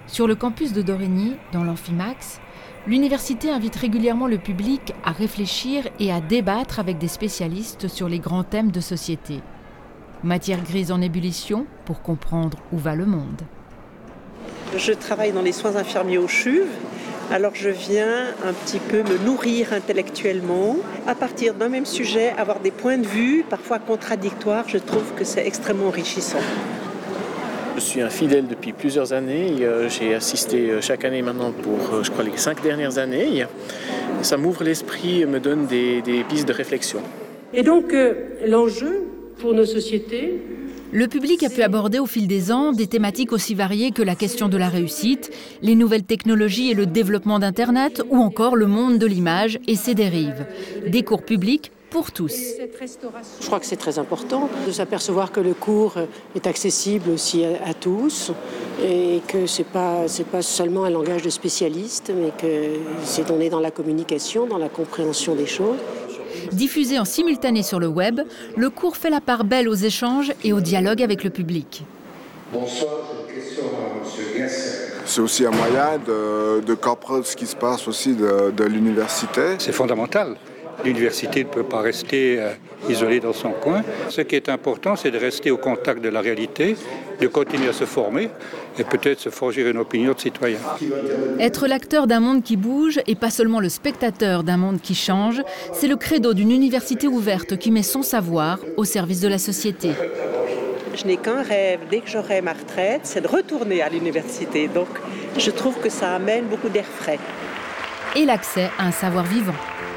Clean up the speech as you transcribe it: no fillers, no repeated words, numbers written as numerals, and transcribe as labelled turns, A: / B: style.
A: Sur le campus de Dorigny, dans l'Amphimax, l'université invite régulièrement le public à réfléchir et à débattre avec des spécialistes sur les grands thèmes de société. Matière grise en ébullition pour comprendre où va le monde.
B: Je travaille dans les soins infirmiers au CHUV, alors je viens un petit peu me nourrir intellectuellement. À partir d'un même sujet, avoir des points de vue, parfois contradictoires, je trouve que c'est extrêmement enrichissant.
C: Je suis un fidèle depuis plusieurs années. J'ai assisté chaque année maintenant pour, je crois, les 5 dernières années. Ça m'ouvre l'esprit et me donne des pistes de réflexion.
D: Et donc, l'enjeu pour nos sociétés...
A: Le public a pu aborder au fil des ans des thématiques aussi variées que la question de la réussite, les nouvelles technologies et le développement d'Internet, ou encore le monde de l'image et ses dérives. Des cours publics pour tous.
D: Je crois que c'est très important de s'apercevoir que le cours est accessible aussi à tous et que c'est pas seulement un langage de spécialiste, mais que on est dans la communication, dans la compréhension des choses.
A: Diffusé en simultané sur le web, le cours fait la part belle aux échanges et au dialogue avec le public.
E: Bonsoir, j'ai une question à M. Guess.
F: C'est aussi un moyen de comprendre ce qui se passe aussi de l'université.
G: C'est fondamental. L'université ne peut pas rester isolée dans son coin. Ce qui est important, c'est de rester au contact de la réalité, de continuer à se former et peut-être se forger une opinion de citoyen.
A: Être l'acteur d'un monde qui bouge et pas seulement le spectateur d'un monde qui change, c'est le credo d'une université ouverte qui met son savoir au service de la société.
B: Je n'ai qu'un rêve, dès que j'aurai ma retraite, c'est de retourner à l'université. Donc je trouve que ça amène beaucoup d'air frais.
A: Et l'accès à un savoir vivant.